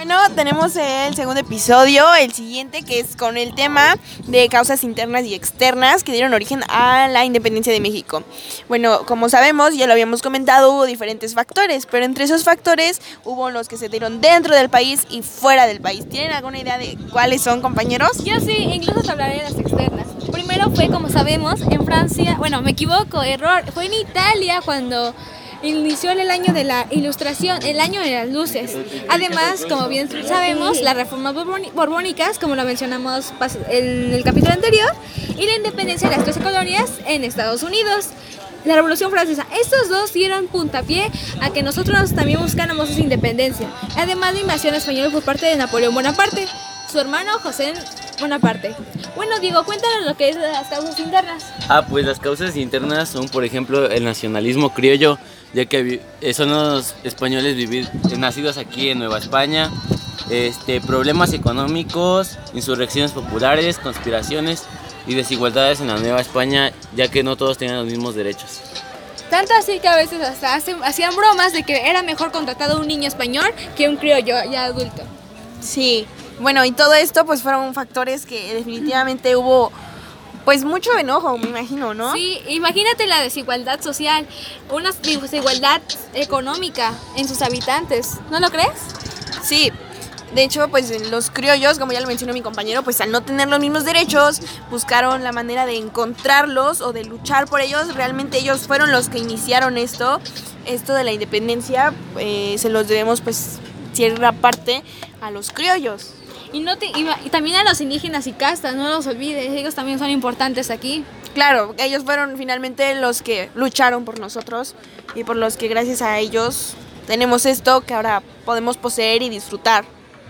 Bueno, tenemos el segundo episodio, el siguiente, que es con el tema de causas internas y externas que dieron origen a la independencia de México. Bueno, como sabemos, ya lo habíamos comentado, hubo diferentes factores, pero entre esos factores hubo los que se dieron dentro del país y fuera del país. ¿Tienen alguna idea de cuáles son, compañeros? Yo sí, incluso te hablaré de las externas. Primero fue, como sabemos, en Francia, bueno, me equivoco, error, fue en Italia cuando inició el año de la Ilustración, el año de las luces. Además, como bien sabemos, las reformas borbónicas, como lo mencionamos en el capítulo anterior, y la independencia de las 13 colonias en Estados Unidos. La Revolución Francesa. Estos dos dieron puntapié a que nosotros también buscáramos esa independencia. Además, la invasión española por parte de Napoleón Bonaparte, su hermano José Bonaparte. Bueno, Diego, cuéntanos lo que es las causas internas. Pues las causas internas son, por ejemplo, el nacionalismo criollo, ya que son los españoles nacidos aquí en Nueva España, problemas económicos, insurrecciones populares, conspiraciones y desigualdades en la Nueva España, ya que no todos tenían los mismos derechos. Tanto así que a veces hasta hacían bromas de que era mejor contratar a un niño español que un criollo ya adulto. Sí, bueno, y todo esto pues fueron factores que definitivamente hubo pues mucho enojo, me imagino, ¿no? Sí, imagínate la desigualdad social, una desigualdad económica en sus habitantes, ¿no lo crees? Sí, de hecho pues los criollos, como ya lo mencionó mi compañero, pues al no tener los mismos derechos, buscaron la manera de encontrarlos o de luchar por ellos. Realmente ellos fueron los que iniciaron esto de la independencia, se los debemos pues cierta parte a los criollos. Y también a los indígenas y castas, no los olvides, ellos también son importantes aquí. Claro, ellos fueron finalmente los que lucharon por nosotros y por los que gracias a ellos tenemos esto que ahora podemos poseer y disfrutar.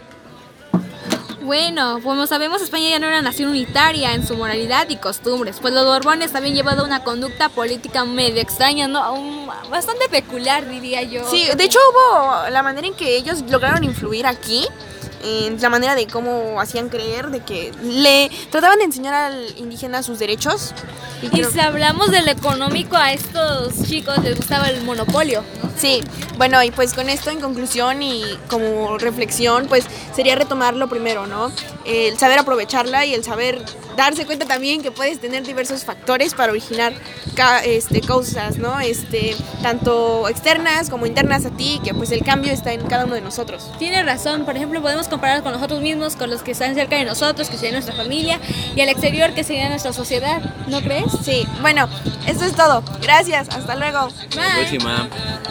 Bueno, como sabemos, España ya no era una nación unitaria en su moralidad y costumbres, pues los Borbones habían llevado una conducta política medio extraña, ¿no? Bastante peculiar, diría yo. Sí, de hecho hubo la manera en que ellos lograron influir aquí, en la manera de cómo hacían creer, de que le trataban de enseñar al indígena sus derechos. Y si hablamos de lo económico, a estos chicos les gustaba el monopolio. Sí, bueno, y pues con esto en conclusión y como reflexión, pues sería retomar lo primero, ¿no? El saber aprovecharla y el saber darse cuenta también que puedes tener diversos factores para originar causas, ¿no? Tanto externas como internas a ti, que pues el cambio está en cada uno de nosotros. Tienes razón, por ejemplo, podemos comparar con nosotros mismos, con los que están cerca de nosotros, que sería nuestra familia, y al exterior, que sería nuestra sociedad, ¿no crees? Sí, bueno, eso es todo. Gracias, hasta luego. Bye. Próxima.